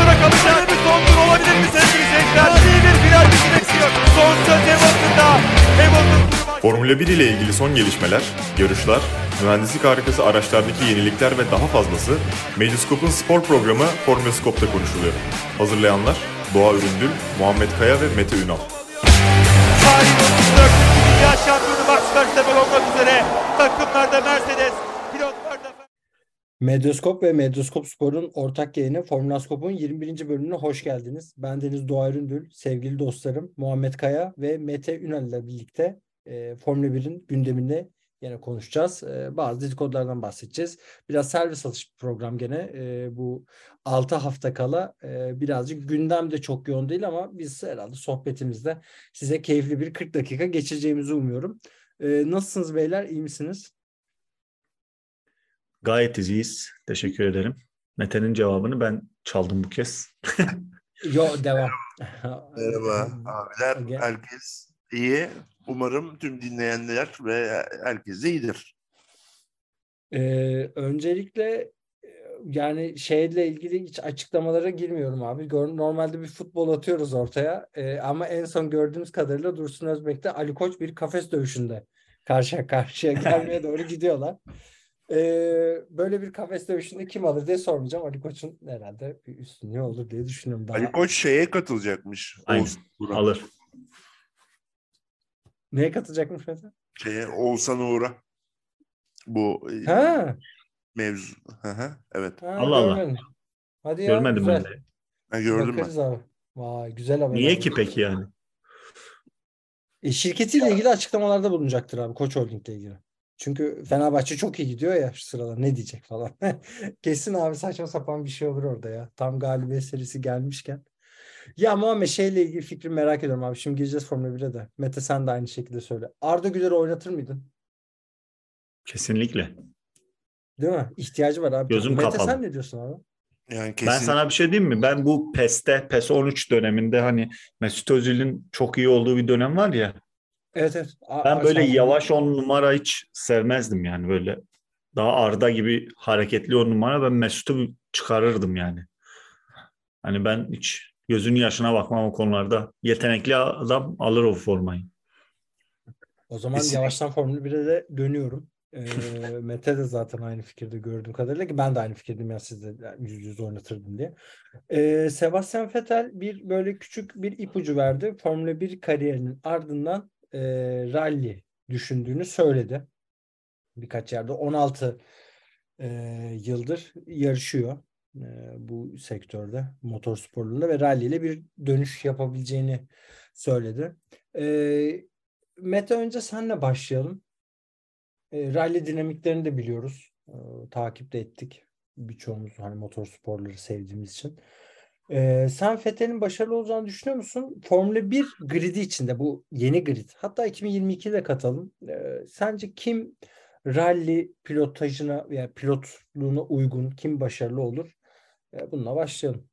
sonra kalacak. Bir son tur olabilir mi sevgili seyirciler? İyi bir final bizi bekliyor. Son söz Hamilton'da. Hamilton Formula 1 ile ilgili son gelişmeler, yarışlar, mühendislik harikası araçlardaki yenilikler ve daha fazlası Medyascope'un spor programı Formülascope'da konuşuluyor. Hazırlayanlar Doğa Üründül, Muhammed Kaya ve Mete Ünal. Tarihin 34. Dünya Şampiyonu Max Verstappen olmak üzere takımlarda Mercedes, pilotlarda Medyascope ve Medyascope Spor'un ortak yayını Formülascope'un 21. bölümüne hoş geldiniz. Ben Deniz Doğa Üründül, sevgili dostlarım Muhammed Kaya ve Mete Ünal ile birlikte Formula 1'in gündeminde yine konuşacağız. Bazı dedikodulardan bahsedeceğiz. Biraz servis atış bir program gene. Bu 6 hafta kala birazcık gündem de çok yoğun değil ama biz herhalde sohbetimizde size keyifli bir 40 dakika geçireceğimizi umuyorum. Nasılsınız beyler? İyi misiniz? Gayet iyiyiz. Teşekkür ederim. Mete'nin cevabını ben çaldım bu kez. Yo, devam. Merhaba abiler. Gel. Herkes iyi. Umarım tüm dinleyenler ve herkes de iyidir. Öncelikle yani şeyle ilgili hiç açıklamalara girmiyorum abi. Normalde bir futbol atıyoruz ortaya. Ama en son gördüğümüz kadarıyla Dursun Özbek'te Ali Koç bir kafes dövüşünde karşı karşıya gelmeye doğru gidiyorlar. Böyle bir kafes dövüşünde kim alır diye sormayacağım. Ali Koç'un herhalde bir üstünlüğü olur diye düşünüyorum daha. Ali Koç şeye katılacakmış. Aynen. Oğuzhan Uğur'a. Alır. Neye katılacakmış mesela? Oğuzhan Uğur'a. Bu Ha, mevzu. Hı hı, evet. Allah Allah. görmedim. Hadi ya, Görmedim güzel. ben de. Ben gördüm ben. Bakarız abi. Vay, güzel haber. Niye abi. ki peki yani? Şirketiyle ilgili açıklamalarda bulunacaktır abi, Koç Holding'le ilgili. Çünkü Fenerbahçe çok iyi gidiyor ya şu sıralar, ne diyecek falan. Kesin abi saçma sapan bir şey olur orada ya. Tam galibiyet serisi gelmişken. Ya Muhammed, şeyle ilgili fikrimi merak ediyorum abi. Şimdi gireceğiz Formula 1'e de. Mete, sen de aynı şekilde söyle. Arda Güler'i oynatır mıydın? Kesinlikle. Değil mi? İhtiyacı var abi. Gözüm Mete, kapalı. sen ne diyorsun abi? Yani Ben kesin sana bir şey diyeyim mi? Ben bu PES 13 döneminde hani Mesut Özil'in çok iyi olduğu bir dönem var ya. Evet, evet. Ben böyle Sen- yavaş 10 numara hiç sevmezdim yani böyle. Daha Arda gibi hareketli 10 numara, ben Mesut'u çıkarırdım yani. Hani ben hiç gözünün yaşına bakmam o konularda. Yetenekli adam alır o formayı. O zaman kesin yavaştan Formula 1'e de dönüyorum. Mete de zaten aynı fikirde gördüğüm kadarıyla, ki ben de aynı fikirdeyim ya, siz de %100 oynatırdım diye. Sebastian Vettel bir böyle küçük bir ipucu verdi. Formula 1 kariyerinin ardından rally düşündüğünü söyledi. Birkaç yerde 16 yıldır yarışıyor bu sektörde, motor sporlarında, ve rally ile bir dönüş yapabileceğini söyledi. Mete, önce senle başlayalım. Rally dinamiklerini de biliyoruz. Takip de ettik. Birçoğumuz hani motor sporları sevdiğimiz için. Sen Vettel'in başarılı olacağını düşünüyor musun? Formula 1 gridi içinde, bu yeni grid. Hatta 2022'de katalım. Sence kim rally pilotajına veya pilotluğuna uygun, kim başarılı olur? Bununla başlayalım.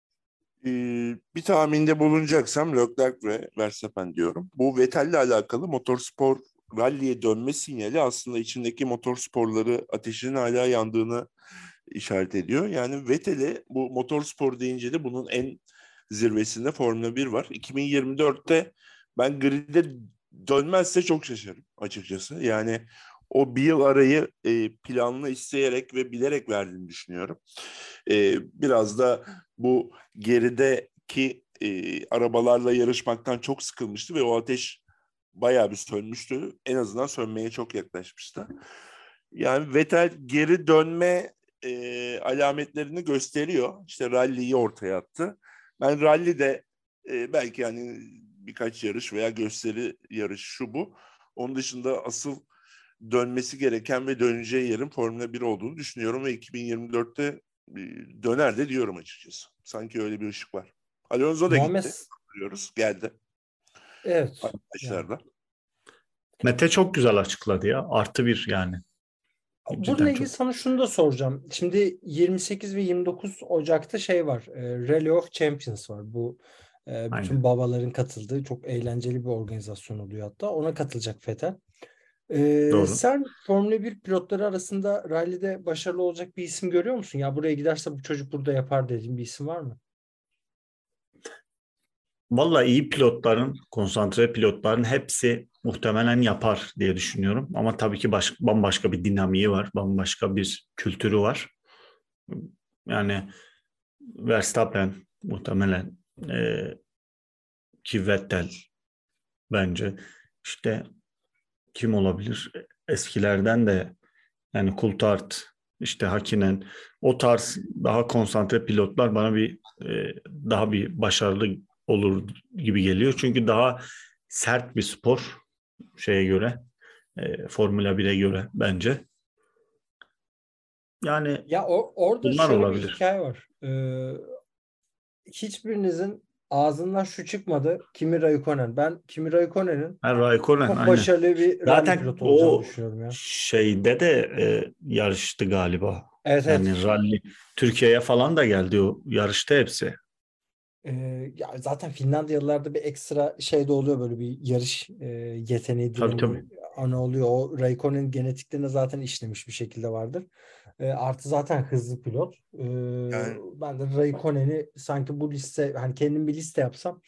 bir tahminde bulunacaksam Leclerc ve Verstappen diyorum. Bu Vettel'le alakalı motorspor rally'e dönme sinyali aslında içindeki motorsporları ateşinin hala yandığını işaret ediyor. Yani Vettel'e bu motorspor deyince de bunun en zirvesinde Formula 1 var. 2024'te ben grid'e dönmezse çok şaşarım açıkçası. Yani o bir yıl arayı planlı, isteyerek ve bilerek verdiğini düşünüyorum. Biraz da bu gerideki arabalarla yarışmaktan çok sıkılmıştı ve o ateş bayağı bir sönmüştü. En azından sönmeye çok yaklaşmıştı. Yani Vettel geri dönme alametlerini gösteriyor. İşte rally'yi ortaya attı. Ben rally'de belki yani birkaç yarış veya gösteri yarış şu bu. Onun dışında asıl dönmesi gereken ve döneceği yerin Formula 1 olduğunu düşünüyorum ve 2024'te döner de diyorum açıkçası. Sanki öyle bir ışık var. Alonso da Muhammed, gitti. Diyoruz. Geldi. evet. Yani. Arkadaşlar. Mete çok güzel açıkladı ya. Artı bir yani. Bununla Cidden ilgili çok. sana şunu da soracağım. Şimdi 28 ve 29 Ocak'ta şey var. Rally of Champions var. Bu bütün Aynen. babaların katıldığı çok eğlenceli bir organizasyon oluyor hatta. Ona katılacak Vettel. Doğru. Sen Formula 1 pilotları arasında rally'de başarılı olacak bir isim görüyor musun? Ya buraya giderse bu çocuk burada yapar dediğin bir isim var mı? Vallahi iyi pilotların, konsantre pilotların hepsi muhtemelen yapar diye düşünüyorum. Ama tabii ki bambaşka bir dinamiği var, bambaşka bir kültürü var. Yani Verstappen muhtemelen, ki Vettel bence, işte kim olabilir? Eskilerden de yani Coulthard, işte Hakkinen, o tarz daha konsantre pilotlar bana daha bir başarılı olur gibi geliyor. Çünkü daha sert bir spor şeye göre, Formula 1'e göre bence. Yani Ya orada bunlar şöyle bir olabilir. hikaye var. Hiçbirinizin ağzından şu çıkmadı. Kimi Raikkonen. Ben Kimi Raikkonen'in Raikkonen çok aynen. başarılı bir rally Zaten pilotu olacağını o düşünüyorum ya. şeyde de yarıştı galiba. Evet, evet. Yani rally Türkiye'ye falan da geldi, o yarışta hepsi. Ya zaten Finlandiyalılarda bir ekstra şey de oluyor, böyle bir yarış yeteneği, Tabii tabii. dinamiği ana oluyor. O Raikkonen'in genetiklerine zaten işlemiş bir şekilde vardır. Artı zaten hızlı pilot. Yani Ben de Raikkonen'i sanki bu liste, hani kendim bir liste yapsam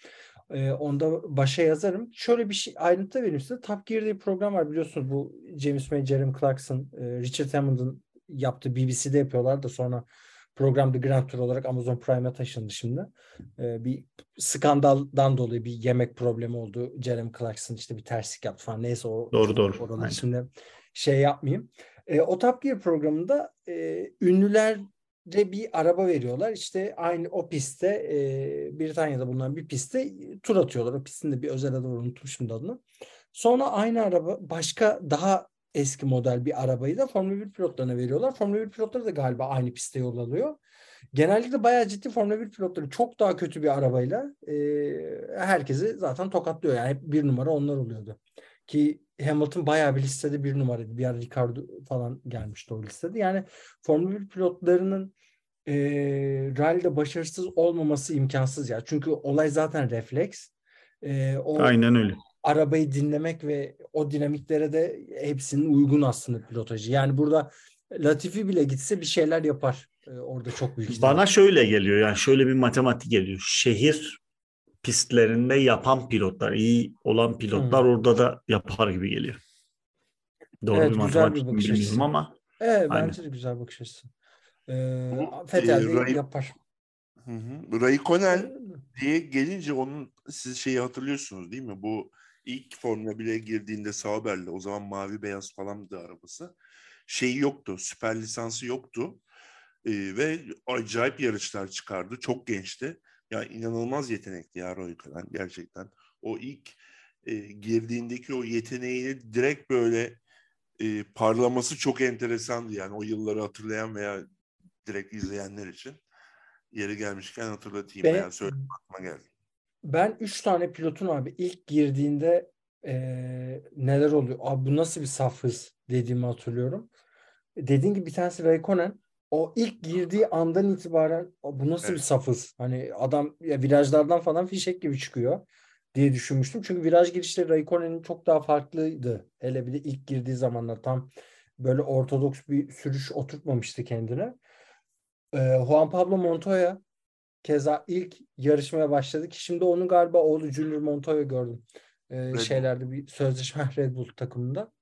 onda başa yazarım. Şöyle bir şey, ayrıntı vereyim size. Top Gear diye bir program var, biliyorsunuz. Bu James May, Jeremy Clarkson, Richard Hammond'ın yaptığı, BBC'de yapıyorlar da sonra program The Grand Tour olarak Amazon Prime'a taşındı şimdi. Bir skandaldan dolayı bir yemek problemi oldu. Jeremy Clarkson işte bir terslik yaptı falan. Neyse, o Doğru çok doğru. oraları Aynen. şimdi şey yapmayayım. O Top Gear programında ünlülere bir araba veriyorlar. İşte aynı o pistte, Britanya'da bulunan bir pistte tur atıyorlar. O pistin de bir özel adı var, unuttum şimdi adını. Sonra aynı araba başka daha eski model bir arabayı da Formula 1 pilotlarına veriyorlar. Formula 1 pilotları da galiba aynı piste yol alıyor. Genellikle bayağı ciddi Formula 1 pilotları çok daha kötü bir arabayla herkesi zaten tokatlıyor. Yani hep bir numara onlar oluyordu. Ki Hamilton bayağı bir listede bir numaraydı. Bir ara Ricardo falan gelmişti o listede. Yani Formula 1 pilotlarının rally'de başarısız olmaması imkansız ya. Çünkü olay zaten refleks. O Aynen öyle. arabayı dinlemek ve o dinamiklere de hepsinin uygun aslında pilotajı. Yani burada Latifi bile gitse bir şeyler yapar. Orada çok büyük ihtimal. Bana şöyle geliyor, yani şöyle bir matematik geliyor. Şehir pistlerinde yapan pilotlar, iyi olan pilotlar Hmm. orada da yapar gibi geliyor. Doğru bir Evet, güzel bir matematik mi bakış bilmiyorum açısı. ama Evet, aynen. bence de güzel bakış açısı. bu Vettel de yapar. Hı hı. Raikkonen Ee, diye gelince onun, siz şeyi hatırlıyorsunuz değil mi? Bu ilk Formula 1'e girdiğinde Sauber'le, o zaman mavi beyaz falandı arabası. Şeyi yoktu, süper lisansı yoktu. Ve acayip yarışlar çıkardı. Çok gençti. Ya inanılmaz yetenekli ya Raikkonen gerçekten. O ilk girdiğindeki o yeteneğini direkt böyle parlaması çok enteresandı. Yani o yılları hatırlayan veya direkt izleyenler için. Yeri gelmişken hatırlatayım ben, veya söyle, aklıma geldi. ben 3 tane pilotun abi ilk girdiğinde neler oluyor? Abi bu nasıl bir saf hız dediğimi hatırlıyorum. Dediğin gibi bir tanesi Raikkonen. O ilk girdiği andan itibaren bu nasıl bir Evet. saf hız? Hani adam ya virajlardan falan fişek gibi çıkıyor diye düşünmüştüm. Çünkü viraj girişleri Raikkonen'in çok daha farklıydı. Hele bir de ilk girdiği zamanlar tam böyle ortodoks bir sürüş oturtmamıştı kendine. Juan Pablo Montoya keza ilk yarışmaya başladı ki şimdi onun galiba oğlu Junior Montoya gördüm. Red Bull. Şeylerde bir sözleşme Red Bull takımında.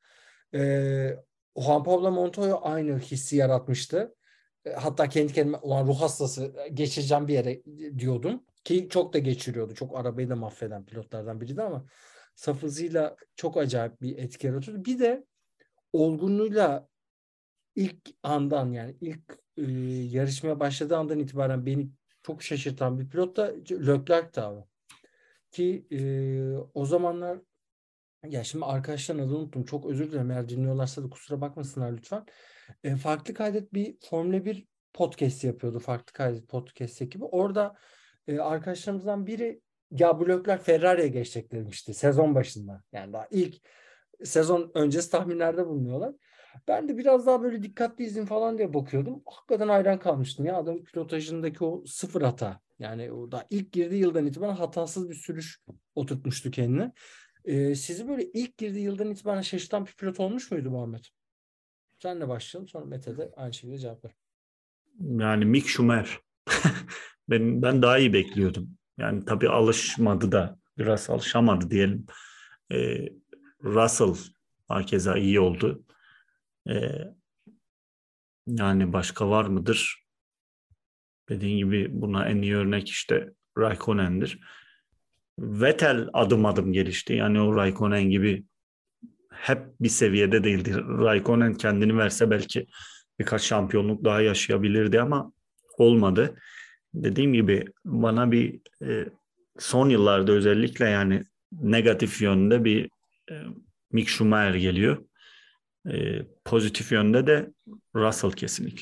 Juan Pablo Montoya aynı hissi yaratmıştı. Hatta kendi kendime ulan ruh hastası geçireceğim bir yere diyordum. Ki çok da geçiriyordu. Çok arabayı da mahveden pilotlardan biriydi ama saf hızıyla çok acayip bir etki yaratıyordu. Bir de olgunluğuyla ilk andan, yani ilk yarışmaya başladığı andan itibaren beni çok şaşırtan bir pilot da Leclerc'ti abi. Ki o zamanlar, ya şimdi arkadaşların adını unuttum. Çok özür dilerim. Eğer dinliyorlarsa da kusura bakmasınlar lütfen. Farklı Kaydet bir Formula 1 podcast yapıyordu. Farklı Kaydet podcast ekibi. Orada arkadaşlarımızdan biri ya bu Leclerc Ferrari'ye geçecek demişti sezon başında. Yani daha ilk sezon öncesi tahminlerde bulunuyorlar. Ben de biraz daha böyle dikkatli izin falan diye bakıyordum. Hakikaten hayran kalmıştım ya. Adamın pilotajındaki o sıfır hata. Yani o da ilk girdiği yıldan itibaren hatasız bir sürüş oturtmuştu kendine. Sizi böyle ilk girdiği yıldan itibaren şaşırtan bir pilot olmuş muydu Muhammed? Senle başlayalım, sonra Mete de aynı şekilde cevap ver. Yani Mick Schumacher. Ben daha iyi bekliyordum. Yani tabii alışmadı da, biraz alışamadı diyelim. Russell hakeza iyi oldu. Ee, Yani başka var mıdır? Dediğin gibi buna en iyi örnek işte Raikkonen'dir. Vettel adım adım gelişti. Yani o Raikkonen gibi hep bir seviyede değildi. Raikkonen kendini verse belki birkaç şampiyonluk daha yaşayabilirdi ama olmadı. Dediğim gibi bana bir son yıllarda özellikle yani negatif yönde bir Mick Schumacher geliyor. Pozitif yönde de Russell kesinlikle.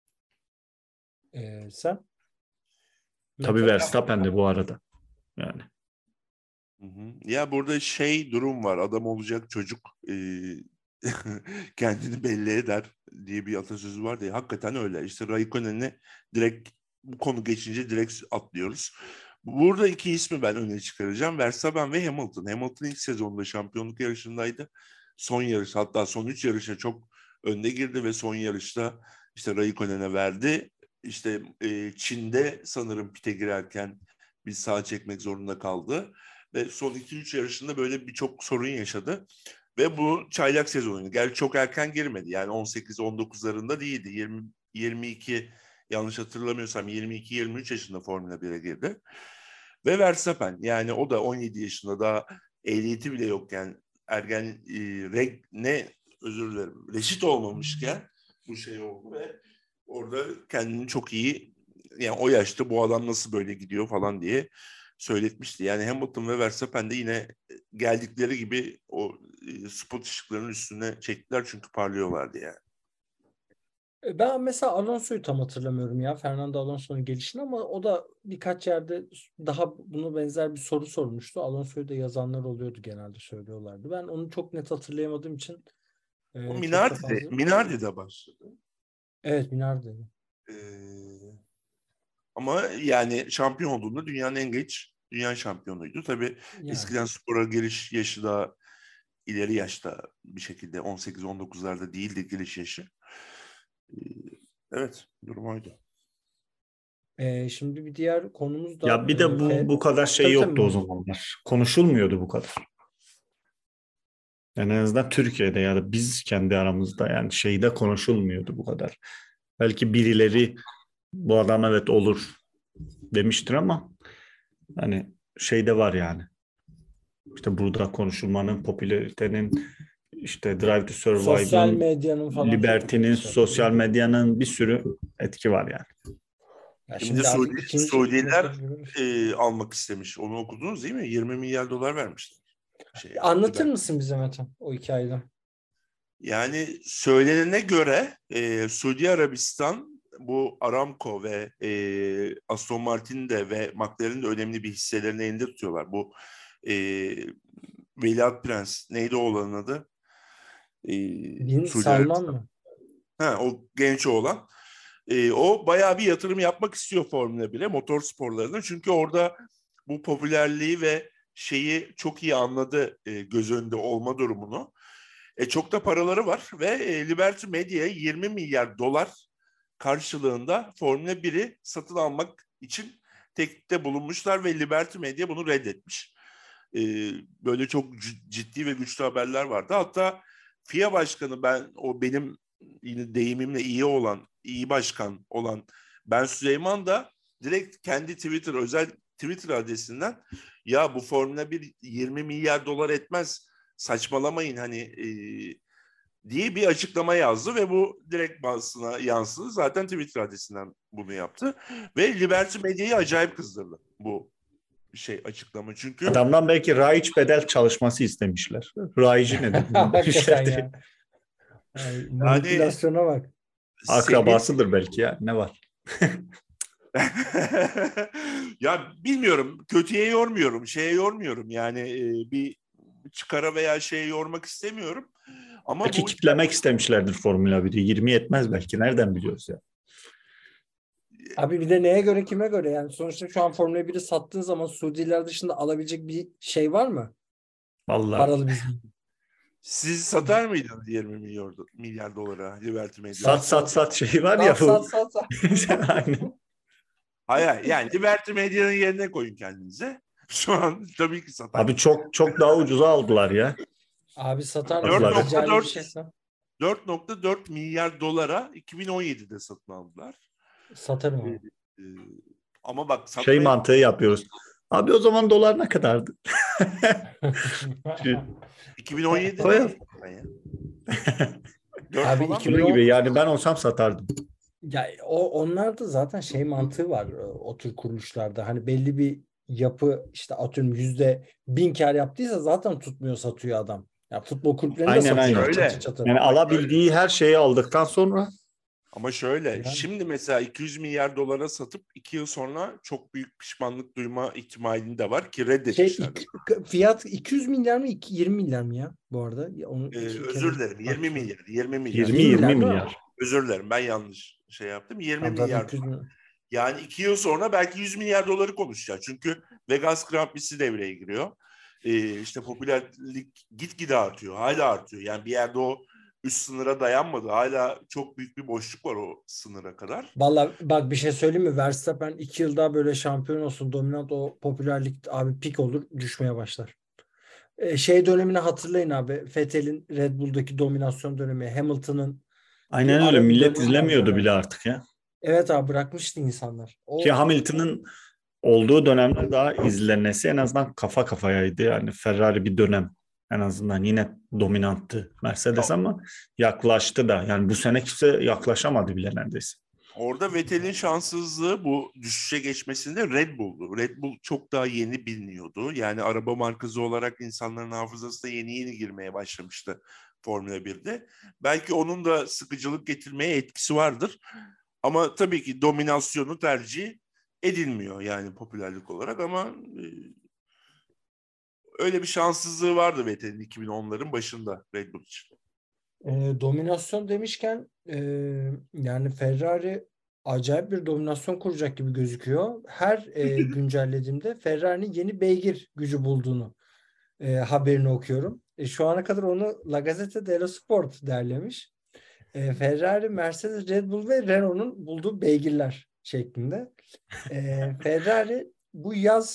Sen? Tabii Mete? Verstappen de bu arada. Yani Hı hı. Ya burada şey durum var. Adam olacak çocuk kendini belli eder diye bir atasözü var diye. Hakikaten öyle. İşte Raikkonen'i direkt bu konu geçince direkt atlıyoruz. Burada iki ismi ben öne çıkaracağım. Verstappen ve Hamilton. Hamilton ilk sezonda şampiyonluk yarışındaydı. Son yarış, hatta son 3 yarışa çok önde girdi ve son yarışta işte Raikkonen'e verdi. İşte Çin'de sanırım pite girerken bir sağa çekmek zorunda kaldı. Ve son 2-3 yarışında böyle birçok sorun yaşadı. Ve bu çaylak sezonuydu. Gerçi çok erken girmedi. Yani 18-19'larında değildi. 22, yanlış hatırlamıyorsam 22-23 yaşında Formula 1'e girdi. Ve Verstappen, yani o da 17 yaşında, daha ehliyeti bile yokken, ergen özür dilerim, reşit olmamışken bu şey oldu ve orada kendini çok iyi, yani o yaşta bu adam nasıl böyle gidiyor falan diye söyletmişti. Yani Hamilton ve Verstappen de yine geldikleri gibi o spot ışıklarının üstüne çektiler çünkü parlıyorlardı yani. Ben mesela Alonso'yu tam hatırlamıyorum ya. Fernando Alonso'nun gelişini, ama o da birkaç yerde daha bunu benzer bir soru sormuştu. Alonso'yu da yazanlar oluyordu, genelde söylüyorlardı. Ben onu çok net hatırlayamadığım için O çok da fazla. Minardi'de başladı. Evet, Minardi. E, Ama yani şampiyon olduğunda dünyanın en geç dünya şampiyonuydu. Tabii Yani. eskiden spora giriş yaşı da ileri yaşta bir şekilde 18-19'larda değildi giriş yaşı. Evet, durum oydu. Şimdi bir diğer konumuz da ya bir de bu kadar şey tabii, yoktu o tabii. zamanlar. Konuşulmuyordu bu kadar. Yani en azından Türkiye'de ya da biz kendi aramızda yani şeyde konuşulmuyordu bu kadar. Belki birileri bu adam evet olur demiştir ama hani şeyde var yani. İşte burada konuşulmanın, popülaritenin, işte Drive to Sosyal Survive'ın, medyanın falan çok Liberty'nin, etkisi var. sosyal medyanın bir sürü etki var yani. Ya Şimdi şimdi artık ikinci Suudiler motor almak istemiş. Onu okudunuz değil mi? 20 milyar dolar vermişler. Anlatır Liberty. mısın bize Mete o hikayeyi? Yani söylenene göre Suudi Arabistan bu Aramco ve Aston Martin'de ve McLaren'de önemli bir hisselerini elinde tutuyorlar. Bu e, Veliaht Prens neydi oğlanın adı? Bin Suudi Salman Arabistan. mı? O genç oğlan. O bayağı bir yatırım yapmak istiyor Formula 1'e, motor sporlarına. Çünkü orada bu popülerliği ve şeyi çok iyi anladı, göz önünde olma durumunu. Çok da paraları var ve Liberty Media'ya 20 milyar dolar karşılığında Formula 1'i satın almak için teklifte bulunmuşlar ve Liberty Media bunu reddetmiş. Böyle çok ciddi ve güçlü haberler vardı. Hatta FIA Başkanı, benim yine deyimimle iyi başkan olan Ben Süleyman da direkt kendi özel Twitter adresinden ya bu Formula 1 20 milyar dolar etmez, saçmalamayın hani diye bir açıklama yazdı ve bu direkt basına yansıdı. Zaten Twitter adresinden bunu yaptı ve Liberty Media'yı acayip kızdırdı bu açıklama. Çünkü Adamdan belki raiç bedel çalışması istemişler. Raici nedir? Hakikaten ya. Ay, yani manipülasyona bak. Akrabasıdır belki ya. Ne var? ya bilmiyorum, kötüye yormuyorum, şeye yormuyorum yani bir çıkara veya şeye yormak istemiyorum ama Belki bu kitlemek istemişlerdir Formula 1'i. 20 yetmez belki. Nereden biliyoruz ya? Abi bir de neye göre, kime göre? Yani sonuçta şu an Formula 1'i sattığın zaman Suudiler dışında alabilecek bir şey var mı? Vallahi Paralı bizim. siz satar mıydınız 20 milyar dolara Liberty Media? sat şeyi var ya Sat bu. sat sat sat. Aynen. Hayır yani Liberty Media'nın yerine koyun kendinize. Şu an tabii ki satar. Abi çok çok daha ucuza aldılar ya. Abi satar mısın? Hakları. Ticari bir şeyse 4.4 milyar dolara 2017'de satın aldılar. satarım abi. Ee, Ama bak Şey satmaya mantığı yapıyoruz. Abi o zaman dolar ne kadardı? 2017'de Koyalım. ya. 4 Abi falan 2010 Bunun gibi yani ben olsam satardım. ya onlarda zaten şey mantığı var o tür kuruluşlarda. Hani belli bir yapı işte atıyorum %1000 kar yaptıysa zaten tutmuyor satıyor adam. Ya futbol kulüplerinde Aynen, satıyorlar aynen. çatır Öyle. çatır. Yani alabildiği her şeyi aldıktan sonra Ama şöyle Yani. şimdi mesela 200 milyar dolara satıp 2 yıl sonra çok büyük pişmanlık duyma ihtimalini de var ki reddetmişler. Fiyat 200 milyar mı 20 milyar mı ya bu arada? Onu iki Özür kere dilerim 20 milyar. 20 milyar. 20 20 20 milyar değil mi? milyar. Özür dilerim ben yanlış şey yaptım. 20 Tamam, zaten milyar. 200 milyar. Yani 2 yıl sonra belki 100 milyar doları konuşacağız. Çünkü Vegas Grand Prix'si devreye giriyor. İşte popülerlik gitgide artıyor. Hala artıyor. Yani bir yerde o üst sınıra dayanmadı. Hala çok büyük bir boşluk var o sınıra kadar. Vallahi bak bir şey söyleyeyim mi? Verstappen 2 yıl daha böyle şampiyon olsun, dominant o popülerlik abi pik olur, düşmeye başlar. Şey dönemini hatırlayın abi. Vettel'in Red Bull'daki dominasyon dönemi, Hamilton'ın Aynen bir öyle. ara bir Millet dönemi izlemiyordu vardı. bile artık ya. Evet abi bırakmıştı insanlar. Ki O Hamilton'ın olduğu dönemler daha izlenmesi en azından kafa kafayaydı. Yani Ferrari bir dönem en azından yine dominanttı Mercedes ama yaklaştı da. Yani bu sene kimse yaklaşamadı bile neredeyse. Orada Vettel'in şanssızlığı bu düşüşe geçmesinde Red Bull'du. Red Bull çok daha yeni biliniyordu. Yani araba markası olarak insanların hafızasına yeni yeni girmeye başlamıştı Formula 1'de. Belki onun da sıkıcılık getirmeye etkisi vardır. Ama tabii ki dominasyonu tercih edilmiyor yani popülerlik olarak ama öyle bir şanssızlığı vardı Vettel'in 2010'ların başında Red Bull için. dominasyon demişken yani Ferrari acayip bir dominasyon kuracak gibi gözüküyor. Her güncellediğimde Ferrari'nin yeni beygir gücü bulduğunu haberini okuyorum. Şu ana kadar onu La Gazzetta dello Sport derlemiş. Ferrari, Mercedes, Red Bull ve Renault'un bulduğu beygirler şeklinde. Ferrari bu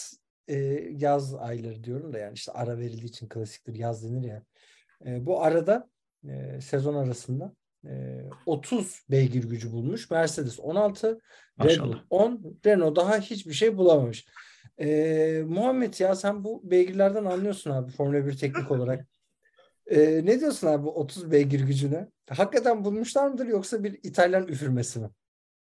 yaz ayları diyorum da yani işte ara verildiği için klasiktir yaz denir ya. Bu arada sezon arasında 30 beygir gücü bulmuş. Mercedes 16, Red Bull Maşallah. 10, Renault daha hiçbir şey bulamamış. Muhammed ya sen bu beygirlerden anlıyorsun abi Formula 1 teknik olarak. Ne diyorsun abi bu 30 beygir gücüne? Hakikaten bulmuşlar mıdır yoksa bir İtalyan üfürmesi mi?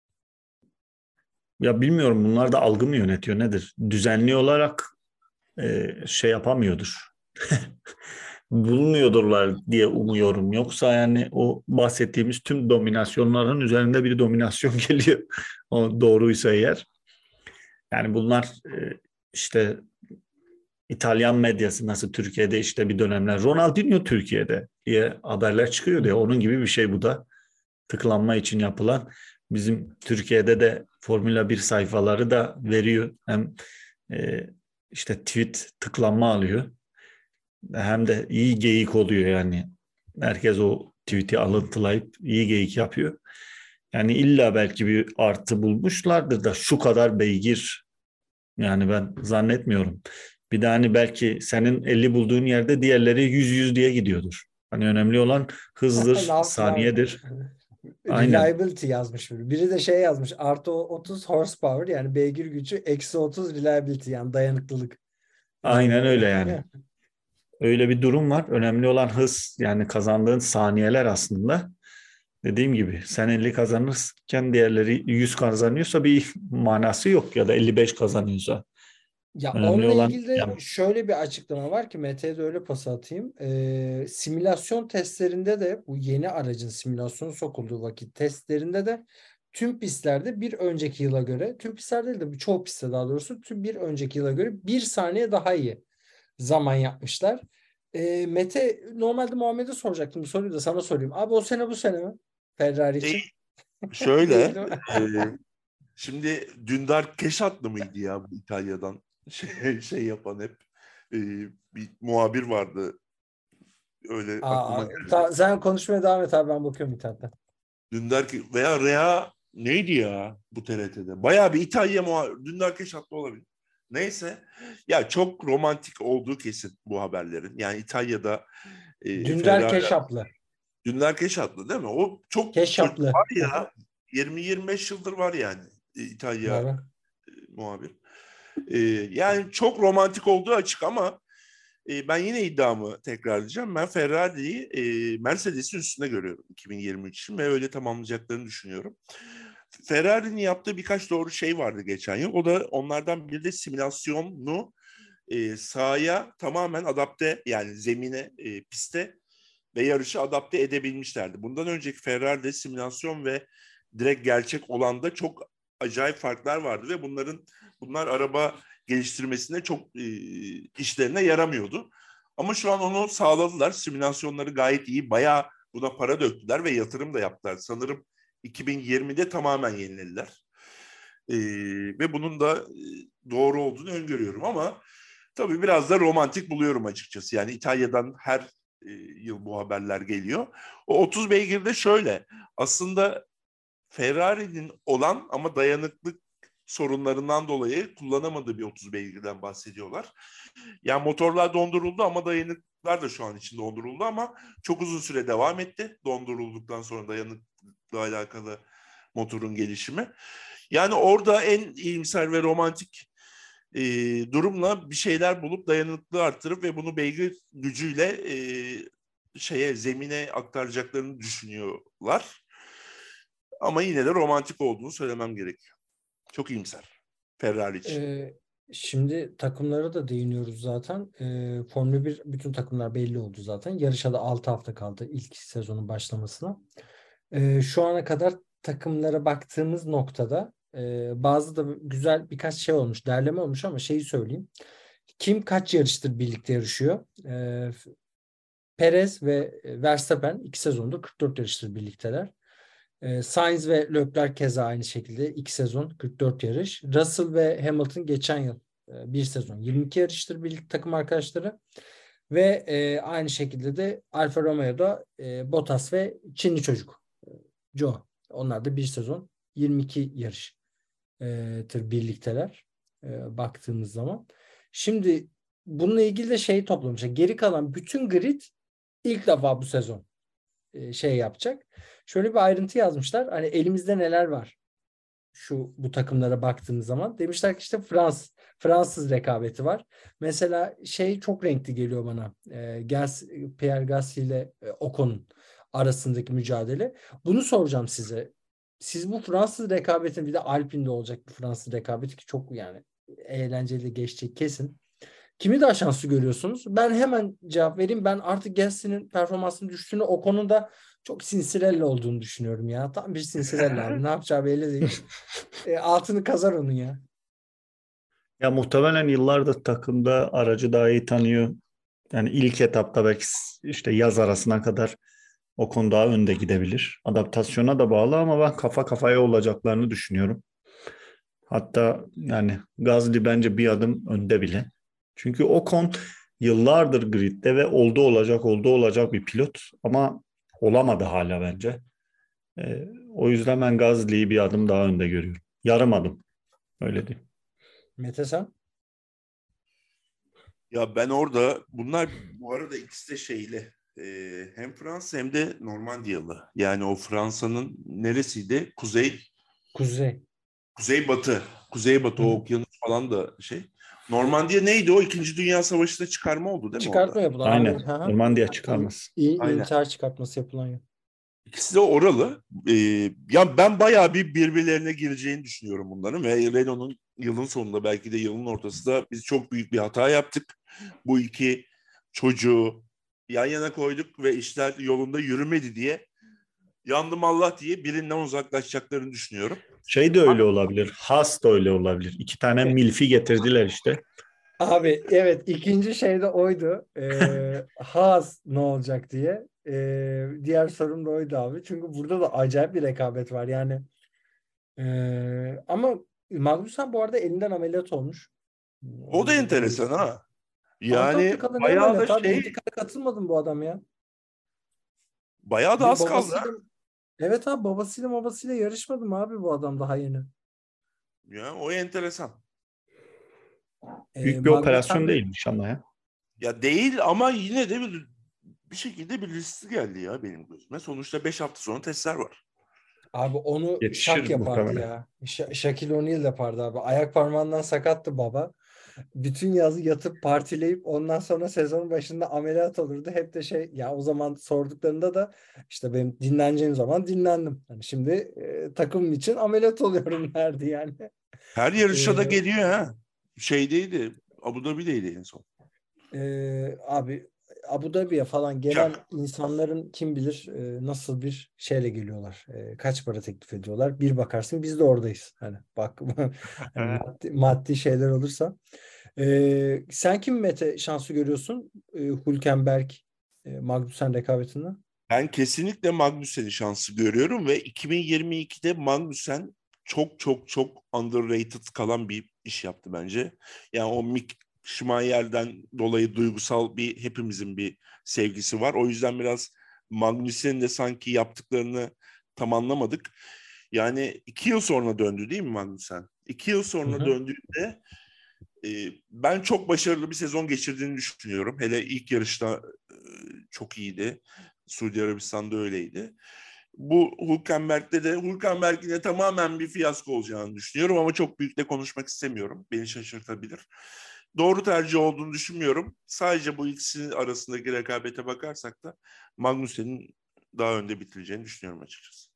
Ya bilmiyorum bunlar da algı mı yönetiyor nedir? Düzenli olarak şey yapamıyordur. Bulunuyordurlar diye umuyorum. Yoksa yani o bahsettiğimiz tüm dominasyonların üzerinde bir dominasyon geliyor. O doğruysa eğer. Yani bunlar işte İtalyan medyası nasıl Türkiye'de işte bir dönemler Ronaldinho Türkiye'de diye haberler çıkıyor diye. Onun gibi bir şey bu da. Tıklanma için yapılan bizim Türkiye'de de Formula 1 sayfaları da veriyor. Hem işte tweet tıklanma alıyor. Hem de iyi geyik oluyor yani. Herkes o tweet'i alıntılayıp iyi geyik yapıyor. Yani illa belki bir artı bulmuşlardır da şu kadar beygir. Yani ben zannetmiyorum. Bir de hani belki senin 50 bulduğun yerde diğerleri 100 diye gidiyordur. Hani önemli olan Ne hızdır, yapsın abi? saniyedir. Aynen. Reliability yazmış biri. Biri de şey yazmış. Artı 30 horsepower yani beygir gücü. Eksi 30 reliability yani dayanıklılık. Aynen öyle yani. Öyle bir durum var. Önemli olan hız yani kazandığın saniyeler aslında. Dediğim gibi sen 50 kazanırken diğerleri 100 kazanıyorsa bir manası yok ya da 55 kazanıyorsa. Ya Önemli onunla olan ilgili de yani, şöyle bir açıklama var ki Mete'ye de öyle pas atayım. Simülasyon testlerinde de bu yeni aracın simülasyonu sokulduğu vakit testlerinde de tüm pistlerde bir önceki yıla göre tüm pistler değil de çoğu pistte daha doğrusu tüm bir önceki yıla göre bir saniye daha iyi zaman yapmışlar. Mete normalde Muhammed'e soracaktım bu soruyu da sana sorayım. Abi o sene bu sene mi? Ferrari için. Şöyle Değil, değil mi? şimdi Dündar Keşatlı mıydı ya bu İtalya'dan şey yapan hep bir muhabir vardı öyle aklıma geldi. Sen konuşmaya devam et abi ben bakıyorum internetten. Dündar veya Rea neydi ya bu TRT'de? Bayağı bir İtalya Dündar Keşatlı olabilir. Neyse. Ya çok romantik olduğu kesin bu haberlerin. Yani İtalya'da Dündar Ferrari Keşaplı. Dündar Keşatlı değil mi? O çok çocuk Keşaplı. var ya 20-25 yıldır var yani Var İtalya bak. muhabir. Yani çok romantik olduğu açık ama ben yine iddiamı tekrarlayacağım. Ben Ferrari'yi Mercedes'in üstünde görüyorum 2023 için ve öyle tamamlayacaklarını düşünüyorum. Ferrari'nin yaptığı birkaç doğru şey vardı geçen yıl. O da onlardan biri de simülasyonu sahaya tamamen adapte, yani zemine, piste ve yarışı adapte edebilmişlerdi. Bundan önceki Ferrari'de simülasyon ve direkt gerçek olanda çok acayip farklar vardı ve bunlar araba geliştirmesinde çok işlerine yaramıyordu. Ama şu an onu sağladılar. Simülasyonları gayet iyi. Bayağı buna para döktüler ve yatırım da yaptılar. Sanırım 2020'de tamamen yenilediler. Ve bunun da doğru olduğunu öngörüyorum ama tabii biraz da romantik buluyorum açıkçası. Yani İtalya'dan her yıl bu haberler geliyor. O 30 beygirde şöyle. Aslında Ferrari'nin olan ama dayanıklık sorunlarından dolayı kullanamadığı bir 30 beygirden bahsediyorlar. Yani motorlar donduruldu ama dayanıklıklar da şu an için donduruldu ama çok uzun süre devam etti. Dondurulduktan sonra dayanıklıkla alakalı motorun gelişimi. Yani orada en iyimser ve romantik durumla bir şeyler bulup dayanıklılığı arttırıp ve bunu beygir gücüyle zemine aktaracaklarını düşünüyorlar. Ama yine de romantik olduğunu söylemem gerekiyor. Çok iyimser Ferrari için. Şimdi takımlara da değiniyoruz zaten. Formula 1 bütün takımlar belli oldu zaten. Yarışa da 6 hafta kaldı ilk sezonun başlamasına. Şu ana kadar takımlara baktığımız noktada bazı da güzel birkaç şey olmuş, derleme olmuş ama şeyi söyleyeyim. Kim kaç yarıştır birlikte yarışıyor? Perez ve Verstappen 2 sezondur 44 yarıştır birlikteler. Sainz ve Leclerc keza aynı şekilde 2 sezon 44 yarış. Russell ve Hamilton geçen yıl 1 sezon 22 yarıştır birlikte takım arkadaşları. Ve aynı şekilde de Alfa Romeo'da Bottas ve Çinli çocuk Joe. Onlar da 1 sezon 22 yarış birlikteler baktığımız zaman. Şimdi bununla ilgili de şey toplamışlar. Geri kalan bütün grid ilk defa bu sezon şey yapacak. Şöyle bir ayrıntı yazmışlar. Hani elimizde neler var? Bu takımlara baktığımız zaman demişler ki işte Fransız rekabeti var. Mesela şey çok renkli geliyor bana. Pierre Gasly ile Ocon'un arasındaki mücadele. Bunu soracağım size. Siz bu Fransız rekabetin, bir de Alpine'de olacak bir Fransız rekabeti ki çok yani eğlenceli geçecek kesin. Kimi daha şanslı görüyorsunuz? Ben hemen cevap vereyim. Ben artık Gasly'nin performansının düştüğünü, Ocon'un da çok Cincinnati olduğunu düşünüyorum ya. Tam bir Cincinnati abi. Ne yapacağı belli değil. Altını kazar onun ya. Ya muhtemelen yıllardır takımda aracı daha iyi tanıyor. Yani ilk etapta belki işte yaz arasına kadar o konu daha önde gidebilir. Adaptasyona da bağlı ama ben kafa kafaya olacaklarını düşünüyorum. Hatta yani Gasly bence bir adım önde bile. Çünkü Ocon yıllardır gridde ve oldu olacak bir pilot ama olamadı hala bence. O yüzden ben Gasly'yi bir adım daha önde görüyorum. Yarım adım. Öyle diyeyim. Mete sen? Ya ben orada bunlar bu arada ikisi de şeyli. Hem Fransa hem de Normandiyalı. Yani o Fransa'nın neresiydi? Kuzey. Kuzeybatı o okyanus falan da şey. Normandiya neydi o? İkinci Dünya Savaşı'nda çıkarma oldu değil mi Çıkartma orada? yapılan. Aynen. Aha. Normandiya çıkarması. Aynen. İntihar çıkartması yapılan yer. İkisi de oralı. Ya ben bayağı bir birbirlerine gireceğini düşünüyorum bunların ve Renault'un yılın sonunda belki de yılın ortasında biz çok büyük bir hata yaptık. Bu iki çocuğu yan yana koyduk ve işler yolunda yürümedi diye yandım Allah diye birinden uzaklaşacaklarını düşünüyorum. Şey de öyle olabilir. Haas da öyle olabilir. 2 tane milfi getirdiler işte. Abi evet, ikinci şey de oydu. Haas ne olacak diye. Diğer sorum da oydu abi. Çünkü burada da acayip bir rekabet var yani. Ama Magnussen bu arada elinden ameliyat olmuş. O da enteresan ha. Alt Yani hafta kala ne bayağı da ameliyat abi? İntikale katılmadım bu adam ya. bayağı da Bir az kaldı. babasıyla, Evet abi, babasıyla yarışmadım abi bu adam daha yeni. Ya o enteresan. Büyük bir Magnussen operasyon de değilmiş ama ya. Ya değil ama yine de bir şekilde bir riskli geldi ya benim gözüme. Sonuçta 5 hafta sonra testler var. abi onu Şak Yetişir yapardı muhtemelen. ya. Shaquille O'Neal yapardı abi. Ayak parmağından sakattı baba. Bütün yazı yatıp partileyip ondan sonra sezonun başında ameliyat olurdu. Hep de şey ya, o zaman sorduklarında da işte benim dinleneceğim zaman dinlendim. Hani şimdi takımım için ameliyat oluyorum derdi yani. Her yarışa da E, geliyor ha. Şeydeydi. Abu Dhabi'deydi en son. Abi Abu Dhabi'ye falan gelen Uçak. insanların kim bilir nasıl bir şeyle geliyorlar. Kaç para teklif ediyorlar. Bir bakarsın biz de oradayız. Hani bak hani maddi şeyler olursa. Sen kim Mete şansı görüyorsun? Hülkenberg, Magnussen rekabetinden. Ben kesinlikle Magnussen'i şansı görüyorum ve 2022'de Magnussen çok çok çok underrated kalan bir iş yaptı bence. Yani o Mick Schumacher'den dolayı duygusal bir hepimizin bir sevgisi var. O yüzden biraz Magnussen'in de sanki yaptıklarını tam anlamadık. Yani 2 yıl sonra döndü değil mi Magnussen? 2 yıl Hı sonra hı. döndüğünde ben çok başarılı bir sezon geçirdiğini düşünüyorum. Hele ilk yarışta çok iyiydi. Suudi Arabistan'da öyleydi. Bu Hülkenberg'in de tamamen bir fiyasko olacağını düşünüyorum ama çok büyük de konuşmak istemiyorum. Beni şaşırtabilir. Doğru tercih olduğunu düşünmüyorum. Sadece bu ikisi arasındaki rekabete bakarsak da Magnussen'in daha önde bitireceğini düşünüyorum açıkçası.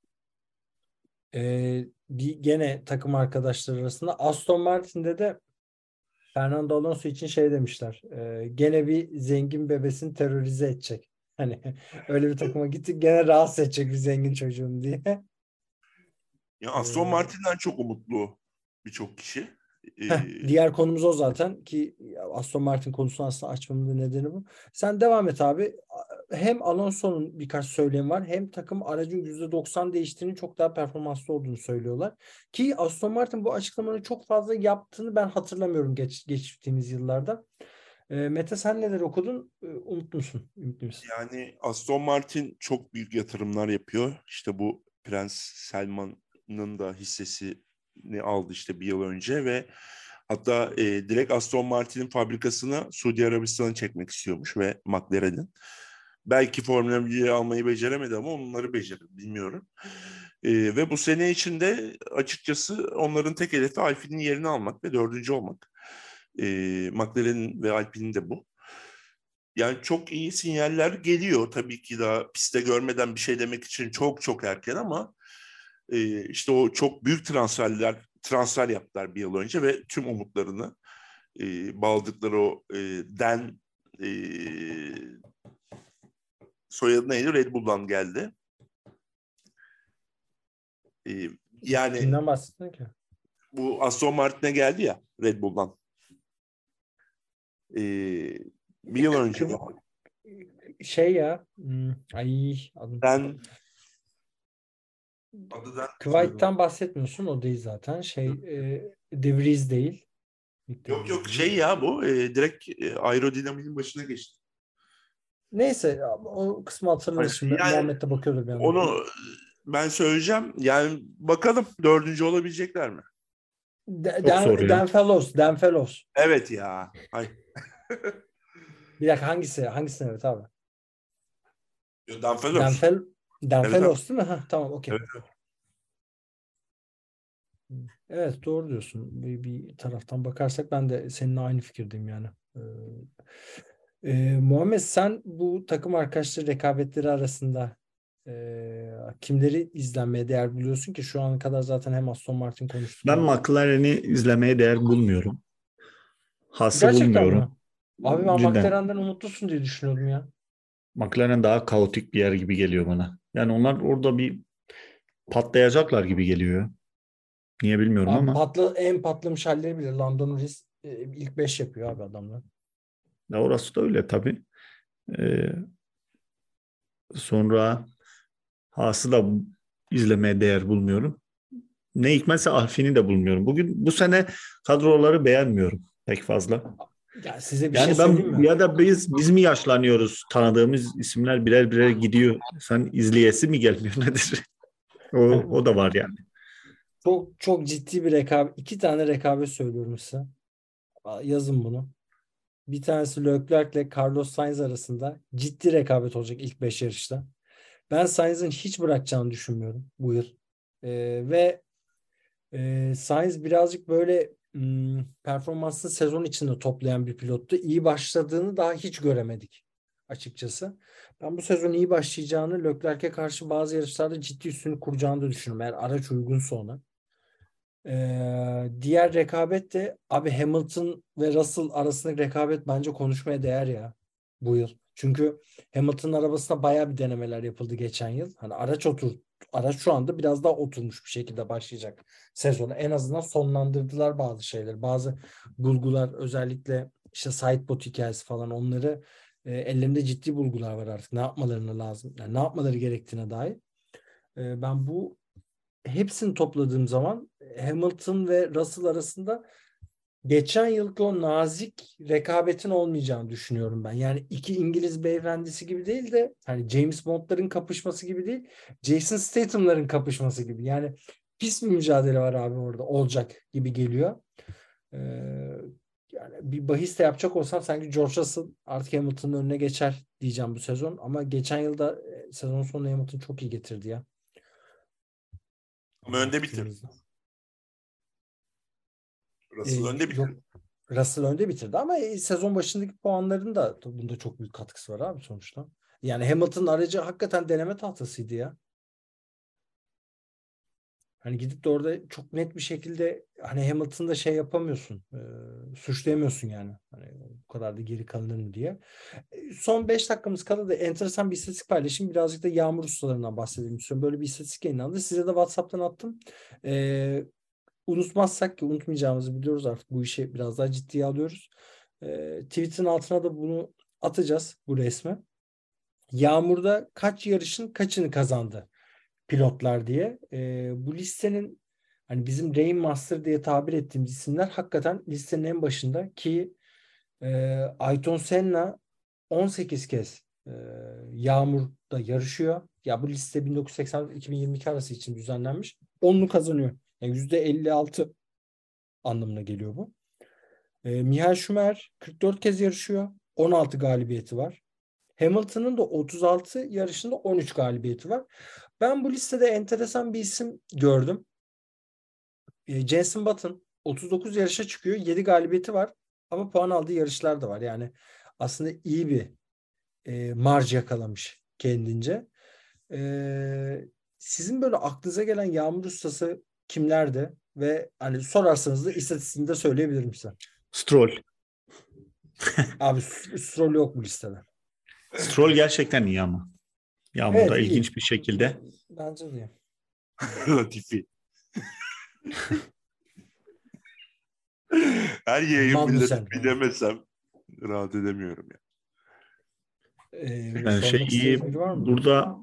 Bir gene takım arkadaşları arasında Aston Martin'de de Fernando Alonso için şey demişler. Gene bir zengin bebesini terörize edecek. Hani öyle bir takıma gittik, gene rahatsız edecek bir zengin çocuğum diye. Ya Aston Ee, Martin'den çok umutlu birçok kişi. Diğer konumuz o zaten ki Aston Martin konusunu aslında açmamın da nedeni bu. Sen devam et abi. Hem Alonso'nun birkaç söylemi var, hem takım aracın %90 değiştiğini, çok daha performanslı olduğunu söylüyorlar. Ki Aston Martin bu açıklamanı çok fazla yaptığını ben hatırlamıyorum geçtiğimiz yıllarda. Mete, sen neler okudun? Unutmuşsun. Unutmuşsun. Musun? Yani Aston Martin çok büyük yatırımlar yapıyor. İşte bu Prens Selman'ın da hissesini aldı işte bir yıl önce ve hatta direkt Aston Martin'in fabrikasını Suudi Arabistan'a çekmek istiyormuş ve McLaren'in. Belki Formula 1'i almayı beceremedi ama onları becerir bilmiyorum. Ve bu sene içinde açıkçası onların tek hedefi Alpine'in yerini almak ve 4. olmak. McLaren'in ve Alpine'in de bu. Yani çok iyi sinyaller geliyor. Tabii ki daha pistte görmeden bir şey demek için çok çok erken ama işte o çok büyük transfer yaptılar bir yıl önce ve tüm umutlarını bağladıkları o Den e, soyadı neydi? Red Bull'dan geldi. E, yani Kimden bahsettin ki? bu Aston Martin'e geldi ya Red Bull'dan. E, bir yıl önce. Şey ya, ay adım. Den adı Den soyadı. Kuwait'ten bahsetmiyorsun, o değil zaten. De Vries değil. Nick De Yok Vries yok değil. şey ya bu direkt aerodinamiğin başına geçti. Neyse, o kısmı hatırlarız şimdi. Yani Muhammed de bakıyordur bir yandan. onu ben söyleyeceğim. Yani bakalım 4. olabilecekler mi? Çok zor ya. Dan Fellows. Evet ya. Ay. Bir dakika, hangisi? Hangisini, evet abi? Dan Dan, Fellows. Fel Dan Evet, Fellows değil mi? Tamam, okey. evet. Evet, doğru diyorsun. Bir taraftan bakarsak ben de seninle aynı fikirdeyim yani. Muhammed, sen bu takım arkadaşları rekabetleri arasında kimleri izlenmeye değer buluyorsun ki şu ana kadar zaten hem Aston Martin konuştuk Ben hem... McLaren'i izlemeye değer bulmuyorum. Haas'ı Gerçekten mi? bulmuyorum. Abi ben Cidden. McLaren'den umutlusun diye düşünüyordum ya. McLaren daha kaotik bir yer gibi geliyor bana. Yani onlar orada bir patlayacaklar gibi geliyor. Niye bilmiyorum Abi ama en patlamış halleri bile Lando Norris ilk 5 yapıyor abi adamlar. ya orası da öyle tabii. Ee, Sonra Haas'ı da izlemeye değer bulmuyorum. Ne hikmetse Alfine'i de bulmuyorum. Bu sene kadroları beğenmiyorum pek fazla. Ya size bir şey Yani söyleyeyim ben mi? ya da biz mi yaşlanıyoruz? Tanıdığımız isimler birer birer gidiyor. Sen izleyesi mi gelmiyor nedir? O da var yani. Çok çok ciddi bir rekabet. İki tane rekabet söylüyorum size. Yazın bunu. Bir tanesi Leclerc ile Carlos Sainz arasında ciddi rekabet olacak ilk 5 yarışta. Ben Sainz'ın hiç bırakacağını düşünmüyorum bu yıl. Ve Sainz birazcık böyle performansını sezon içinde toplayan bir pilottu. İyi başladığını daha hiç göremedik açıkçası. Ben bu sezon iyi başlayacağını, Leclerc'e karşı bazı yarışlarda ciddi üstünlük kuracağını da düşünüyorum. Eğer araç uygunsa ona. Diğer rekabet de abi Hamilton ve Russell arasındaki rekabet bence konuşmaya değer ya bu yıl. Çünkü Hamilton'ın arabasına bayağı bir denemeler yapıldı geçen yıl. Hani araç şu anda biraz daha oturmuş bir şekilde başlayacak sezonu. En azından sonlandırdılar bazı şeyler. Bazı bulgular, özellikle işte sidepod hikayesi falan, onları ellerinde ciddi bulgular var artık. Ne yapmalarını lazım, yani ne yapmaları gerektiğine dair. Ben bu hepsini topladığım zaman Hamilton ve Russell arasında geçen yılki o nazik rekabetin olmayacağını düşünüyorum ben. Yani iki İngiliz beyefendisi gibi değil de hani James Bond'ların kapışması gibi değil, Jason Statham'ların kapışması gibi. Yani pis bir mücadele var abi orada, olacak gibi geliyor. Ee, Yani bir bahis de yapacak olsam sanki George Russell artık Hamilton'ın önüne geçer diyeceğim bu sezon. Ama geçen yılda sezon sonunda Hamilton çok iyi getirdi ya. Ama önde bitirdi. Russell önde bitirdi. Yok, Russell önde bitirdi ama sezon başındaki puanların da bunda çok büyük katkısı var abi sonuçta. Yani Hamilton'ın aracı hakikaten deneme tahtasıydı ya. Hani gidip de orada çok net bir şekilde hani Hamilton'da şey yapamıyorsun. Suçlayamıyorsun yani. Hani bu kadar da geri kalınır mı diye. Son 5 dakikamız kaldı da enteresan bir istatistik paylaşayım. Birazcık da yağmur ustalarından bahsedelim istiyorum. Böyle bir istatistik yayınlandı. Size de WhatsApp'tan attım. Unutmazsak, ki unutmayacağımızı biliyoruz artık, bu işi biraz daha ciddiye alıyoruz. Tweet'in altına da bunu atacağız, bu resmi. Yağmurda kaç yarışın kaçını kazandı pilotlar diye. Bu listenin hani bizim Rain Master diye tabir ettiğimiz isimler hakikaten listenin en başında ki Ayrton Senna 18 kez Yağmur'da yarışıyor. Ya bu liste 1980-2022 arası için düzenlenmiş. 10'unu kazanıyor. Yani %56 anlamına geliyor bu. Michael Schumacher 44 kez yarışıyor. 16 galibiyeti var. Hamilton'ın da 36 yarışında 13 galibiyeti var. Ben bu listede enteresan bir isim gördüm. Jenson Button 39 yarışa çıkıyor. 7 galibiyeti var. Ama puan aldığı yarışlar da var. Yani aslında iyi bir marj yakalamış kendince. Sizin böyle aklınıza gelen yağmur ustası kimlerdi? Ve hani sorarsanız da istatistiğini de söyleyebilirim size. Stroll. Abi Stroll yok bu listede. Stroll gerçekten iyi ama. Yağmurda Evet, ilginç iyi. bir şekilde. Bence de iyi. Latifi. Her yayın Magnussen. Latifi demesem rahat edemiyorum ya. Yani Sormak iyi. istediğiniz biri var mı? Burada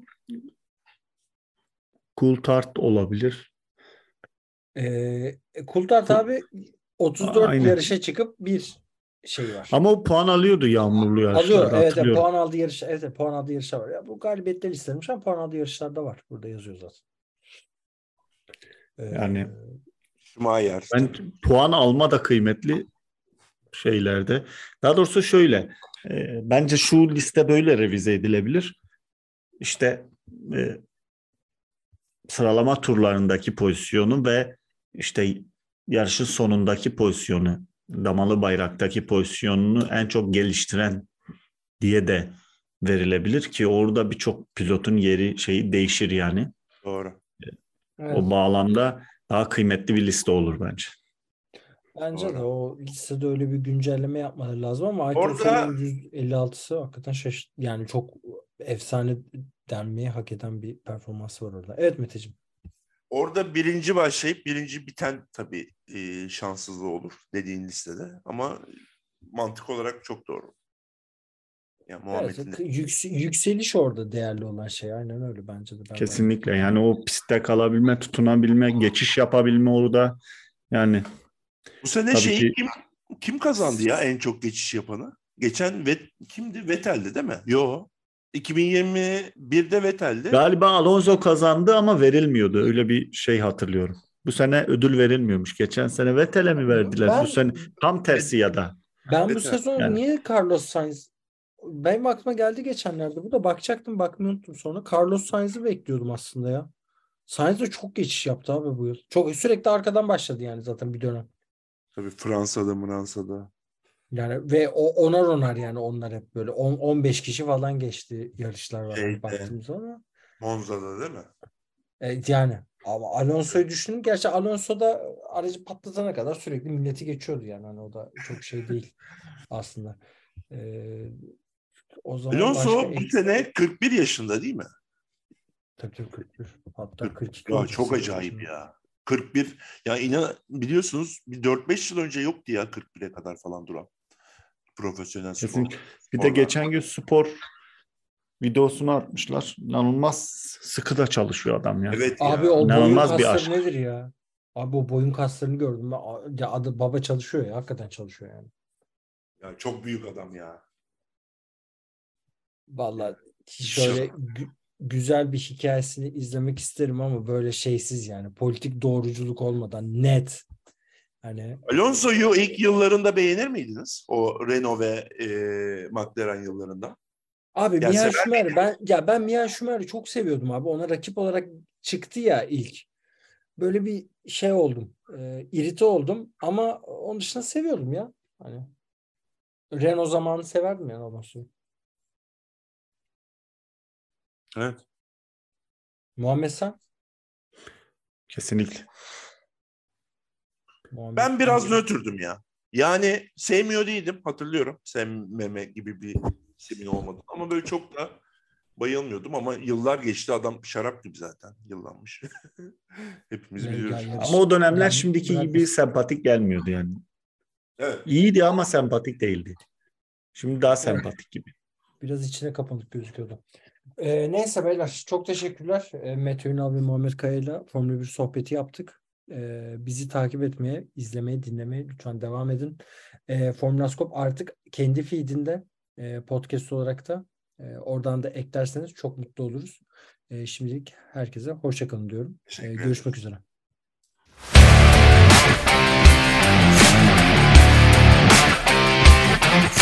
Coulthard olabilir. Coulthard abi 34 Aynen. yarışa çıkıp bir şey var. Ama o puan alıyordu yağmurlu Alıyor. yarışlarda, Evet, hatırlıyorum. puan aldığı yarış. Evet, puan aldığı yarışlar var. Ya bu galibiyetler istenmiş ama puan aldığı yarışlarda var. Burada yazıyor zaten. Yani Schumacher. ben puan alma da kıymetli şeylerde. Daha doğrusu şöyle. Bence şu liste böyle revize edilebilir. İşte sıralama turlarındaki pozisyonu ve işte yarışın sonundaki pozisyonu, damalı bayraktaki pozisyonunu en çok geliştiren diye de verilebilir ki orada birçok pilotun yeri şeyi değişir yani. Doğru. Evet. O bağlamda daha kıymetli bir liste olur bence. Bence Doğru. de o listede öyle bir güncelleme yapmaları lazım ama Ayrton Orada- Senna'nın 156'sı hakikaten yani çok efsane denmeyi hak eden bir performansı var orada. Evet Meteciğim. Orada birinci başlayıp birinci biten tabii şanssızlığı olur dediğin listede. Ama mantık olarak çok doğru. Ya Evet, Muhammed'in yükseliş orada değerli olan şey. Aynen öyle bence de. Ben de Kesinlikle yani o pistte kalabilme, tutunabilme, geçiş yapabilme orada yani bu sene tabii şeyi ki kim kazandı ya en çok geçiş yapanı? Geçen kimdi? Vettel'di değil mi? Yo. 2021'de Vettel'di. Galiba Alonso kazandı ama verilmiyordu. Öyle bir şey hatırlıyorum. Bu sene ödül verilmiyormuş. Geçen sene Vettel'e mi verdiler? Ben- Bu sene tam tersi ya da. Ben bu Vettel, sezon yani. niye Carlos Sainz, benim aklıma geldi geçenlerde. Bu da bakacaktım, bakmayı unuttum sonra. Carlos Sainz'ı bekliyordum aslında ya. Sainz de çok geçiş yaptı abi bu yıl. Çok sürekli arkadan başladı yani zaten bir dönem. Tabii Fransa'da. Yani ve onar yani onlar hep böyle 15 kişi falan geçti yarışlar var Şeyde. baktığımız zaman. Monza'da değil mi? Yani ama Alonso'yu düşünün. Gerçi Alonso da aracı patlatana kadar sürekli milleti geçiyordu yani. Hani o da çok şey değil aslında. O zaman Alonso başka bu sene 41 yaşında değil mi? tabii 41. Hatta 42 Ya oldu çok sene acayip başında. ya. 41. Ya inan biliyorsunuz bir 4-5 yıl önce yoktu ya 41'e kadar falan duran. Profesyonel spor. Kesin. Bir de sporlar. geçen gün spor videosunu atmışlar. İnanılmaz sıkı da çalışıyor adam ya. Evet Abi ya. o boyun İnanılmaz bir kasları aşk. nedir ya? Abi o boyun kaslarını gördüm ben. Ya adı baba çalışıyor ya. Hakikaten çalışıyor yani. Ya çok büyük adam ya. Vallahi İnşallah. şöyle güzel bir hikayesini izlemek isterim ama böyle şeysiz yani. Politik doğruculuk olmadan net. Hani Alonso'yu ilk yıllarında beğenir miydiniz? O Renault ve McLaren yıllarında. abi Ya Michael sever Schumacher, ben Michael Schumacher'ı çok seviyordum abi. Ona rakip olarak çıktı ya ilk. Böyle bir şey oldum. İrite oldum ama onun dışında seviyordum ya. Hani Renault zamanı severdim yani ondan sonra. Evet. Muhammed sen? Kesinlikle. Muhammed Ben biraz sen? nötrdüm ya. Yani sevmiyor değildim. Hatırlıyorum. Sevmeme gibi bir sistemin olmadı. Ama böyle çok da bayılmıyordum. Ama yıllar geçti. Adam şarap gibi zaten. Yıllanmış. Hepimiz biliyoruz. Ama o dönemler Ya, şimdiki bırak gibi biz- sempatik gelmiyordu yani. Evet. İyiydi ama sempatik değildi. Şimdi daha sempatik gibi. Biraz içine kapanık gözüküyordu. Neyse beyler çok teşekkürler. Mete Ünal ve Muhammed Kaya ile Formula 1 sohbeti yaptık. Bizi takip etmeye, izlemeye, dinlemeye lütfen devam edin. Formülaskop artık kendi feedinde podcast olarak da oradan da eklerseniz çok mutlu oluruz. Şimdilik herkese hoşça kalın diyorum. Teşekkür Görüşmek ederim. üzere.